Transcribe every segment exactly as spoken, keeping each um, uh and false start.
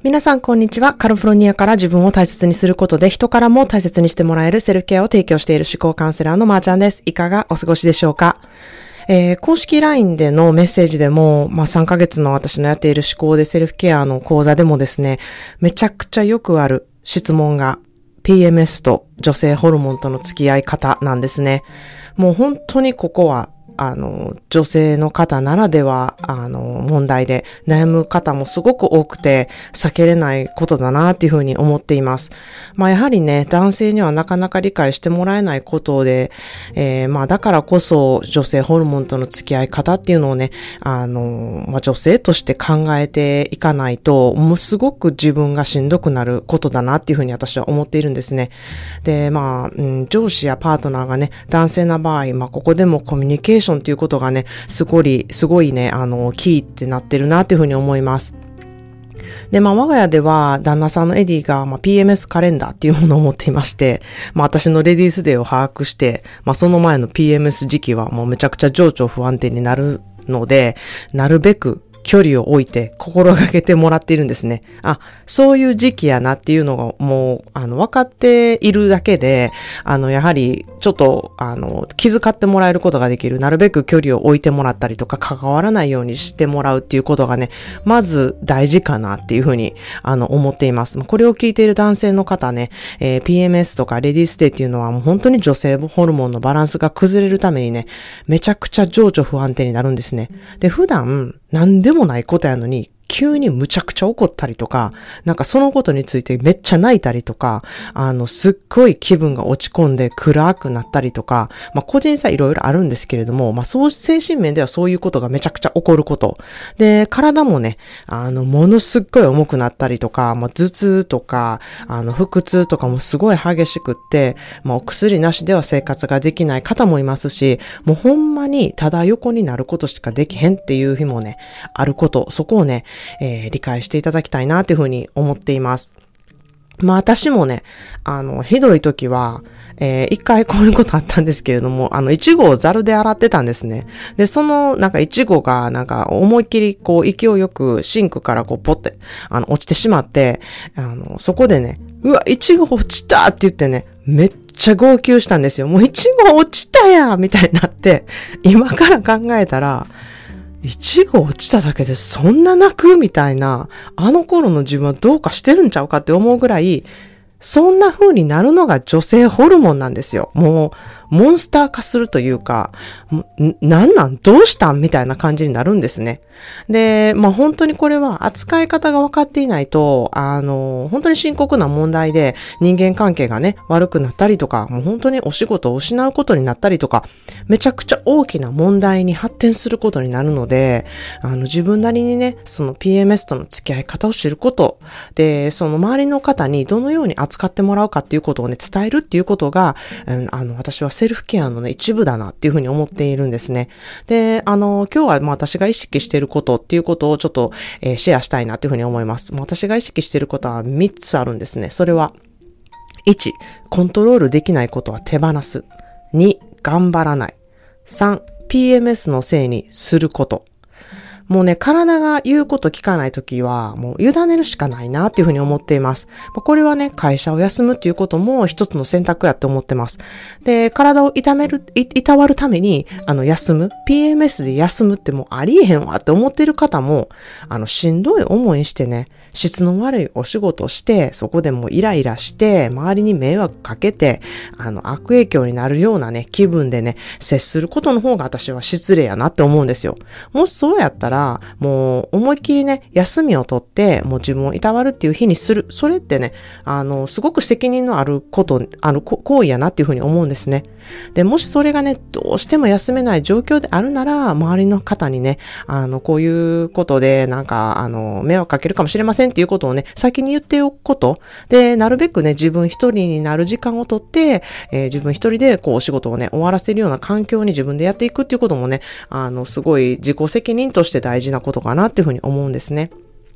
皆さんこんにちは。カリフォルニアから自分を大切にすることで人からも大切にしてもらえるセルフケアを提供している思考カウンセラーのまーちゃんです。いかがお過ごしでしょうか？えー、公式 ライン でのメッセージでも、まあ、さんかげつの私のやっている思考でセルフケアの講座でもですね、めちゃくちゃよくある質問が ピーエムエス と女性ホルモンとの付き合い方なんですね。もう本当にここはあの、女性の方ならでは、あの、問題で悩む方もすごく多くて、避けれないことだなっていうふうに思っています。まあ、やはりね、男性にはなかなか理解してもらえないことで、えー、まあ、だからこそ、女性ホルモンとの付き合い方っていうのをね、あの、まあ、女性として考えていかないと、もうすごく自分がしんどくなることだなっていうふうに私は思っているんですね。で、まあ、うん、上司やパートナーがね、男性な場合、まあ、ここでもコミュニケーションっていうことがね、すごい、すごいね、あの、キーってなってるなというふうに思います。で、まあ、我が家では、旦那さんのエディが、まあ、ピーエムエス カレンダーっていうものを持っていまして、まあ、私のレディースデーを把握して、まあ、その前の ピーエムエス 時期はもうめちゃくちゃ情緒不安定になるので、なるべく距離を置いて心がけてもらっているんですね。あ、そういう時期やなっていうのがもう、あの、分かっているだけで、あの、やはり、ちょっと、あの、気遣ってもらえることができる。なるべく距離を置いてもらったりとか、関わらないようにしてもらうっていうことがね、まず大事かなっていうふうに、あの、思っています。これを聞いている男性の方ね、えー、ピーエムエス とかレディースデーっていうのはもう本当に女性ホルモンのバランスが崩れるためにね、めちゃくちゃ情緒不安定になるんですね。で、普段、何でもないことやのに、急にむちゃくちゃ怒ったりとか、なんかそのことについてめっちゃ泣いたりとか、あの、すっごい気分が落ち込んで暗くなったりとか、まあ、個人差いろいろあるんですけれども、まあ、そう、精神面ではそういうことがめちゃくちゃ起こること。で、体もね、あの、ものすっごい重くなったりとか、まあ、頭痛とか、あの、腹痛とかもすごい激しくって、まあ、お薬なしでは生活ができない方もいますし、もうほんまにただ横になることしかできへんっていう日もね、あること、そこをね、えー、理解していただきたいなというふうに思っています。まあ私もね、あの、ひどい時は、えー、一回こういうことあったんですけれども、あの、いちごをザルで洗ってたんですね。で、その、なんかいちごが、なんか思いっきりこう、勢いよくシンクからこう、ポって、あの、落ちてしまって、あの、そこでね、うわ、いちご落ちたって言ってね、めっちゃ号泣したんですよ。もういちご落ちたやみたいになって、今から考えたら、いちご落ちただけでそんな泣くみたいな、あの頃の自分はどうかしてるんちゃうかって思うぐらい、そんな風になるのが女性ホルモンなんですよ。もう、モンスター化するというか、なんなんどうしたんみたいな感じになるんですね。で、まあ本当にこれは扱い方が分かっていないと、あの、本当に深刻な問題で人間関係がね、悪くなったりとか、もう本当にお仕事を失うことになったりとか、めちゃくちゃ大きな問題に発展することになるので、あの自分なりにね、その ピーエムエス との付き合い方を知ること、で、その周りの方にどのように扱ってもらうかっていうことをね、伝えるっていうことが、うん、あの、私はセルフケアのね、一部だなっていうふうに思っているんですね。で、あの、今日はまあ私が意識していることっていうことをちょっと、えー、シェアしたいなっていうふうに思います。もう私が意識していることはみっつあるんですね。それは、いち、コントロールできないことは手放す。に、頑張らない。さん、ピーエムエス のせいにすること。もうね、体が言うこと聞かないときは、もう委ねるしかないなっていうふうに思っています。これはね、会社を休むっていうことも一つの選択やって思ってます。で、体を痛める、い、いたわるために、あの、休む。ピーエムエス で休むってもうありえへんわって思ってる方も、あの、しんどい思いしてね、質の悪いお仕事をして、そこでもうイライラして、周りに迷惑かけて、あの、悪影響になるようなね、気分でね、接することの方が私は失礼やなって思うんですよ。もしそうやったら、もう思いっきりね、休みを取って、もう自分をいたわるっていう日にする。それってね、あの、すごく責任のあること、あの、行為やなっていうふうに思うんですね。で、もしそれがね、どうしても休めない状況であるなら、周りの方にね、あの、こういうことで、なんか、あの、迷惑かけるかもしれませんっていうことをね、先に言っておくこと。で、なるべくね、自分一人になる時間をとって、えー、自分一人でこう、お仕事をね、終わらせるような環境に自分でやっていくっていうこともね、あの、すごい自己責任として大事なことかなっていうふうに思うんですね。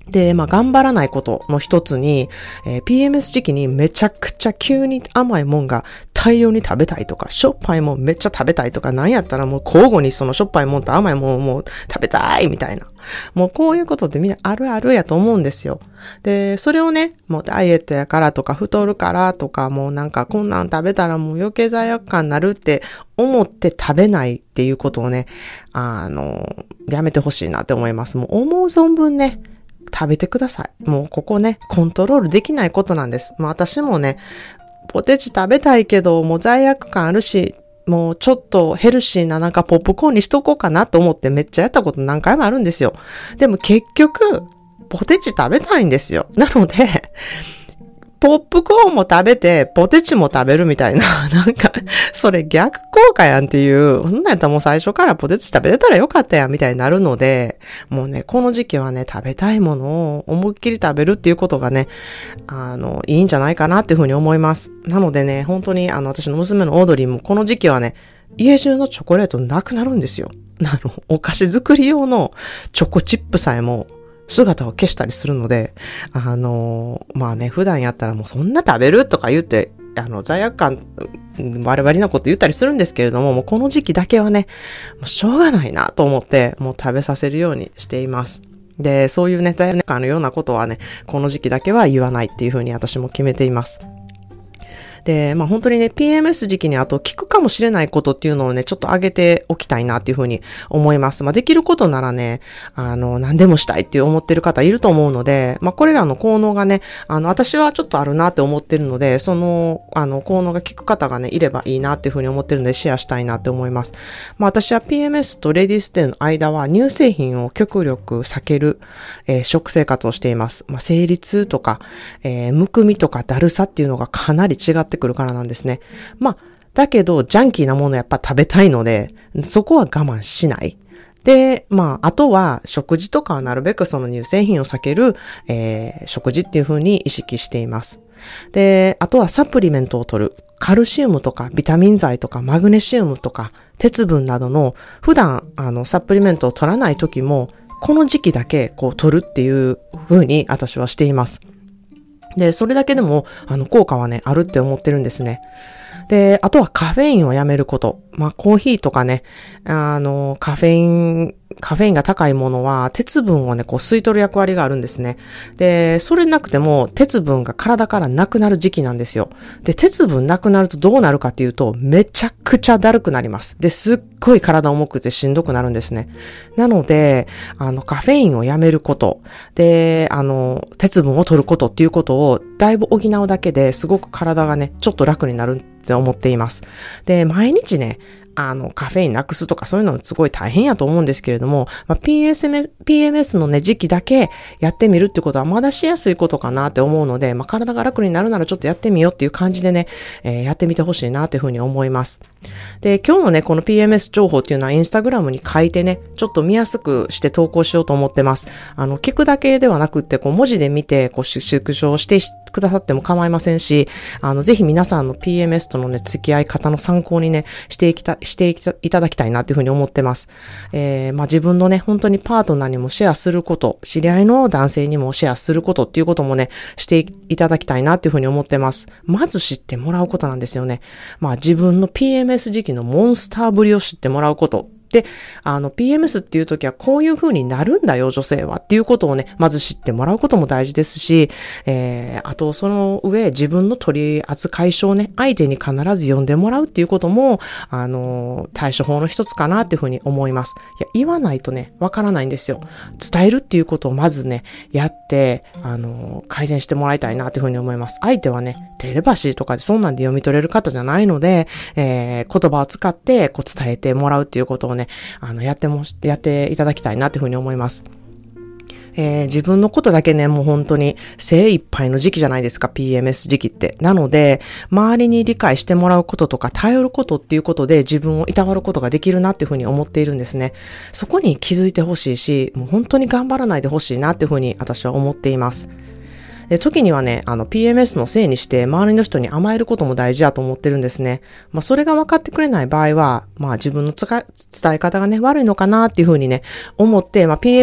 で、まあ、頑張らないことの一つに、えー、ピーエムエス 時期にめちゃくちゃ急に甘いもんが大量に食べたいとか、しょっぱいもんめっちゃ食べたいとか、なんやったらもう交互にそのしょっぱいもんと甘いもんをもう食べたいみたいな。もうこういうことってみんなあるあるやと思うんですよ。で、それをね、もうダイエットやからとか太るからとか、もうなんかこんなん食べたらもう余計罪悪感になるって思って食べないっていうことをね、あの、やめてほしいなって思います。もう思う存分ね、食べてください。もうここね、コントロールできないことなんです。まあ私もね、ポテチ食べたいけど、もう罪悪感あるし、もうちょっとヘルシーななんかポップコーンにしとこうかなと思ってめっちゃやったこと何回もあるんですよ。でも結局、ポテチ食べたいんですよ。なので、ポップコーンも食べて、ポテチも食べるみたいな、なんか、それ逆効果やんっていう、そんなんやったらもう最初からポテチ食べてたらよかったやんみたいになるので、もうね、この時期はね、食べたいものを思いっきり食べるっていうことがね、あの、いいんじゃないかなっていうふうに思います。なのでね、本当にあの、私の娘のオードリーもこの時期はね、家中のチョコレートなくなるんですよ。あの、お菓子作り用のチョコチップさえも、姿を消したりするので、あのー、まあね、普段やったらもうそんな食べるとか言って、あの、罪悪感、バリバリなこと言ったりするんですけれども、もうこの時期だけはね、もうしょうがないなと思って、もう食べさせるようにしています。で、そういうね、罪悪感のようなことはね、この時期だけは言わないっていうふうに私も決めています。で、まあ本当にね、ピーエムエス 時期にあと聞くかもしれないことっていうのをね、ちょっと上げておきたいなっていうふうに思います。まあできることならね、あの、何でもしたいって思ってる方いると思うので、まあこれらの効能がね、あの、私はちょっとあるなって思ってるので、その、あの、効能が効く方がね、いればいいなっていうふうに思ってるので、シェアしたいなって思います。まあ私は ピーエムエス とレディースデーの間は乳製品を極力避ける、えー、食生活をしています。まあ生理痛とか、えー、むくみとかだるさっていうのがかなり違ってくるからなんですね。まあ、だけど、ジャンキーなものやっぱ食べたいので、そこは我慢しない。で、まあ、あとは、食事とかはなるべくその乳製品を避ける、えー、食事っていう風に意識しています。で、あとはサプリメントを取る。カルシウムとかビタミン剤とかマグネシウムとか鉄分などの普段、あの、サプリメントを取らない時も、この時期だけこう取るっていう風に私はしています。で、それだけでも、あの、効果はね、あるって思ってるんですね。で、あとはカフェインをやめること。まあ、コーヒーとかね、あの、カフェイン、カフェインが高いものは、鉄分をね、こう吸い取る役割があるんですね。で、それなくても、鉄分が体からなくなる時期なんですよ。で、鉄分なくなるとどうなるかっていうと、めちゃくちゃだるくなります。で、すっごい体重くてしんどくなるんですね。なので、あの、カフェインをやめること。で、あの、鉄分を取ることっていうことを、だいぶ補うだけですごく体がね、ちょっと楽になるって思っています。で、毎日ね、あの、カフェインなくすとかそういうのすごい大変やと思うんですけれども、まあ、ピーエスエム、ピーエムエス のね、時期だけやってみるってことはまだしやすいことかなって思うので、まあ、体が楽になるならちょっとやってみようっていう感じでね、えー、やってみてほしいなっていうふうに思います。で、今日のね、この ピーエムエス 情報っていうのはインスタグラムに書いてね、ちょっと見やすくして投稿しようと思ってます。あの、聞くだけではなくって、こう文字で見て、こう縮小してくださっても構いませんし、あの、ぜひ皆さんの ピーエムエス とのね、付き合い方の参考にね、していきた、していただきたいなっていうふうに思ってます。えー、まあ自分のね、本当にパートナーにもシェアすること、知り合いの男性にもシェアすることっていうこともね、していただきたいなっていうふうに思ってます。まず知ってもらうことなんですよね。まあ自分の ピーエムエス 時期のモンスターぶりを知ってもらうこと。で、あの、ピーエムエス っていう時はこういう風になるんだよ、女性はっていうことをね、まず知ってもらうことも大事ですし、えー、あとその上、自分の取り扱い書をね、相手に必ず読んでもらうっていうことも、あの、対処法の一つかなっていう風に思います。いや、言わないとね、わからないんですよ。伝えるっていうことをまずね、やって、あの、改善してもらいたいなっていう風に思います。相手はね、テレパシーとかでそんなんで読み取れる方じゃないので、えー、言葉を使ってこう伝えてもらうっていうことをね、あの、やっても、やっていただきたいなっていうふうに思います。えー、自分のことだけね、もう本当に精一杯の時期じゃないですか、ピーエムエス 時期って。なので、周りに理解してもらうこととか、頼ることっていうことで自分をいたわることができるなっていうふうに思っているんですね。そこに気づいてほしいし、もう本当に頑張らないでほしいなっていうふうに私は思っています。で、時にはね、あの、ピーエムエス のせいにして、周りの人に甘えることも大事だと思ってるんですね。まあ、それが分かってくれない場合は、まあ、自分の伝え方がね、悪いのかなっていうふうにね、思って、まあ、ピーエ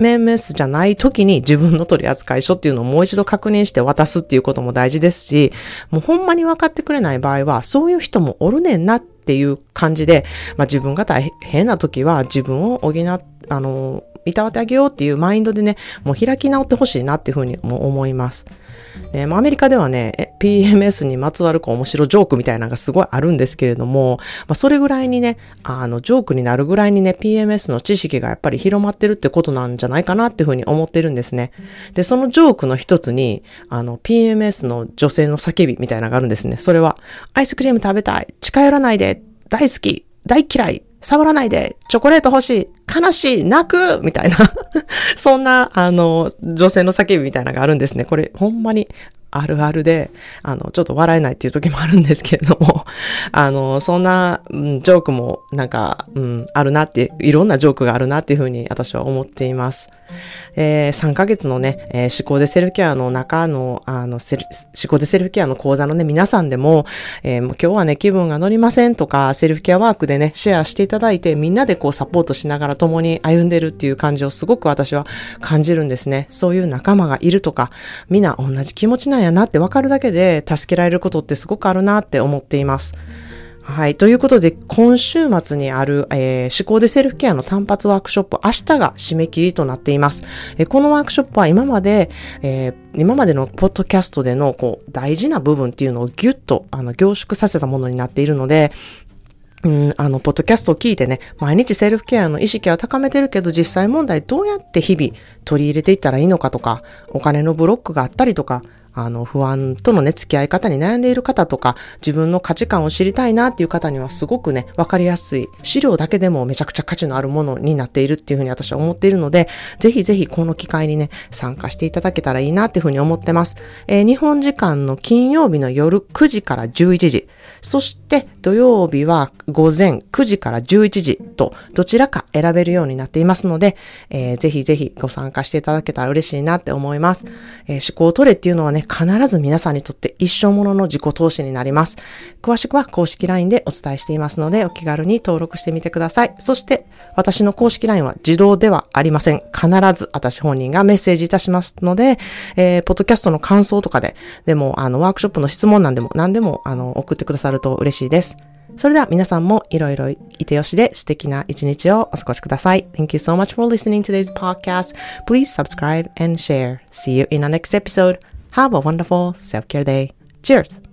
エムエス じゃない時に自分の取扱書っていうのをもう一度確認して渡すっていうことも大事ですし、もうほんまに分かってくれない場合は、そういう人もおるねんなっていう感じで、まあ自分が大変な時は自分を補っ、あの、いたわってあげようっていうマインドでね、もう開き直ってほしいなっていうふうにも思います。ね、まあ、アメリカではね、ピーエムエス にまつわるこう面白ジョークみたいなのがすごいあるんですけれども、まあ、それぐらいにね、あの、ジョークになるぐらいにね、ピーエムエス の知識がやっぱり広まってるってことなんじゃないかなっていうふうに思ってるんですね。で、そのジョークの一つに、あの、ピーエムエス の女性の叫びみたいなのがあるんですね。それは、アイスクリーム食べたい、近寄らないで、大好き、大嫌い、触らないで、チョコレート欲しい、悲しい、泣くみたいな。そんな、あの、女性の叫びみたいなのがあるんですね。これ、ほんまにあるあるで、あの、ちょっと笑えないっていう時もあるんですけれども、あの、そんな、うん、ジョークも、なんか、うん、あるなって、いろんなジョークがあるなっていうふうに私は思っています。えー、さんかげつのね、えー、思考でセルフケアの中の、あの、セル、思考でセルフケアの講座のね、皆さんでも、えー、もう今日はね、気分が乗りませんとか、セルフケアワークでね、シェアしていただいて、みんなでこうサポートしながら共に歩んでるっていう感じをすごく私は感じるんですね。そういう仲間がいるとか、みんな同じ気持ちなんやなって分かるだけで、助けられることってすごくあるなって思っています。はい。ということで、今週末にある、えー、思考でセルフケアの単発ワークショップ、明日が締め切りとなっています。えー、このワークショップは今まで、えー、今までのポッドキャストでの、こう、大事な部分っていうのをギュッと、あの、凝縮させたものになっているので、うん、あの、ポッドキャストを聞いてね、毎日セルフケアの意識は高めてるけど、実際問題どうやって日々取り入れていったらいいのかとか、お金のブロックがあったりとか、あの、不安とのね、付き合い方に悩んでいる方とか、自分の価値観を知りたいなっていう方にはすごくね、わかりやすい、資料だけでもめちゃくちゃ価値のあるものになっているっていうふうに私は思っているので、ぜひぜひこの機会にね、参加していただけたらいいなっていうふうに思ってます。えー、日本時間の金曜日の夜くじからじゅういちじ、そして土曜日は午前くじからじゅういちじと、どちらか選べるようになっていますので、えー、ぜひぜひご参加していただけたら嬉しいなって思います。えー、思考トレっていうのはね、必ず皆さんにとって一生ものの自己投資になります。詳しくは公式 ライン でお伝えしていますので、お気軽に登録してみてください。そして、私の公式 ライン は自動ではありません。必ず私本人がメッセージいたしますので、えー、ポッドキャストの感想とかで、でも、あの、ワークショップの質問なんでも何でも、あの、送ってくださると嬉しいです。それでは皆さんもいろいろいてよしで素敵な一日をお過ごしください。Thank you so much for listening to today's podcast. Please subscribe and share. See you in our next episode. Have a wonderful self-care day. Cheers!